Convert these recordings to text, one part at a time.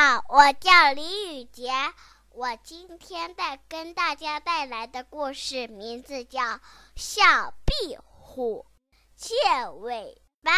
好，我叫李雨洁，我今天跟大家带来的故事名字叫《小壁虎借尾巴》。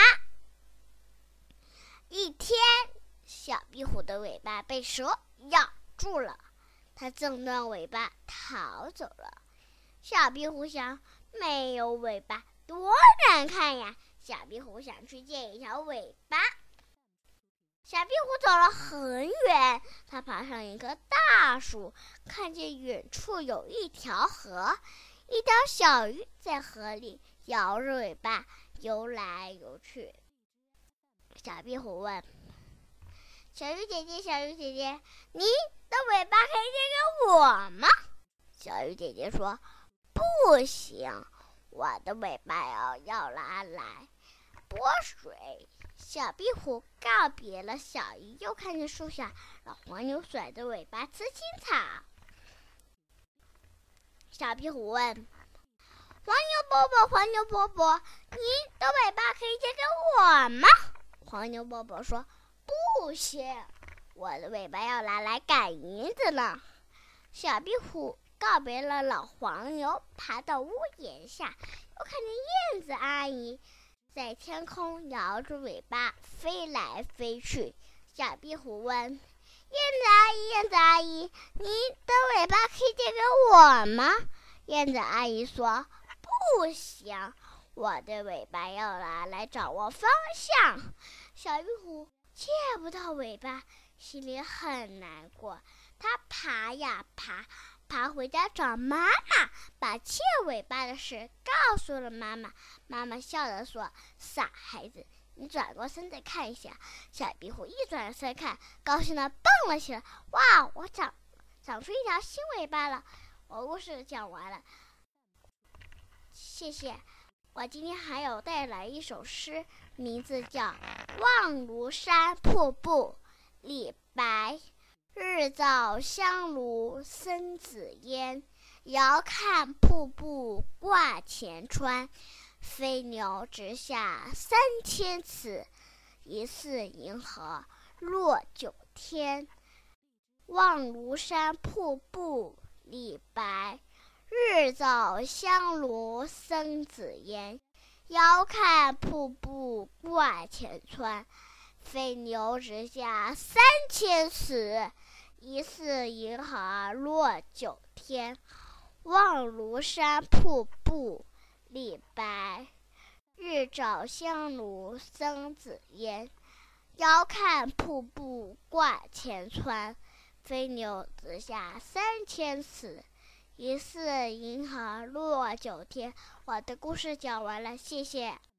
一天，小壁虎的尾巴被蛇咬住了，它挣断尾巴逃走了。小壁虎想，没有尾巴多难看呀！小壁虎想去借一条尾巴。小壁虎走了很远，它爬上一棵大树，看见远处有一条河，一条小鱼在河里摇着尾巴游来游去。小壁虎问：“小鱼姐姐，小鱼姐姐，你的尾巴可以借给我吗？”小鱼姐姐说：“不行，我的尾巴要拿来拨水。”小壁虎告别了小鱼，又看见树下老黄牛甩着尾巴吃青草。小壁虎问：“黄牛伯伯，黄牛伯伯，你的尾巴可以借给我吗？”黄牛伯伯说：“不行，我的尾巴要拿来赶银子呢。”小壁虎告别了老黄牛，爬到屋檐下，又看见燕子阿姨在天空摇着尾巴飞来飞去。小壁虎问：“燕子阿姨，燕子阿姨，你的尾巴可以借给我吗？”燕子阿姨说：“不行，我的尾巴要拿来掌握方向。”小壁虎借不到尾巴，心里很难过。它爬呀爬回家找妈妈，把借尾巴的事告诉了妈妈。妈妈笑着说：“傻孩子，你转过身子看一下。”小壁虎一转身看，高兴地蹦了起来。哇，我长出一条新尾巴了！我故事讲完了，谢谢。我今天还有带来一首诗，名字叫《望庐山瀑布》，李白。日照香炉生紫烟，遥看瀑布挂前川。飞流直下3000尺，疑是银河落九天。望庐山瀑布，李白。日照香炉生紫烟，遥看瀑布挂前川。飞流直下3000尺，疑是银河落九天。望庐山瀑布，李白。日照香炉生紫烟，遥看瀑布挂前川。飞流直下3000尺，疑是银河落九天。我的故事讲完了，谢谢。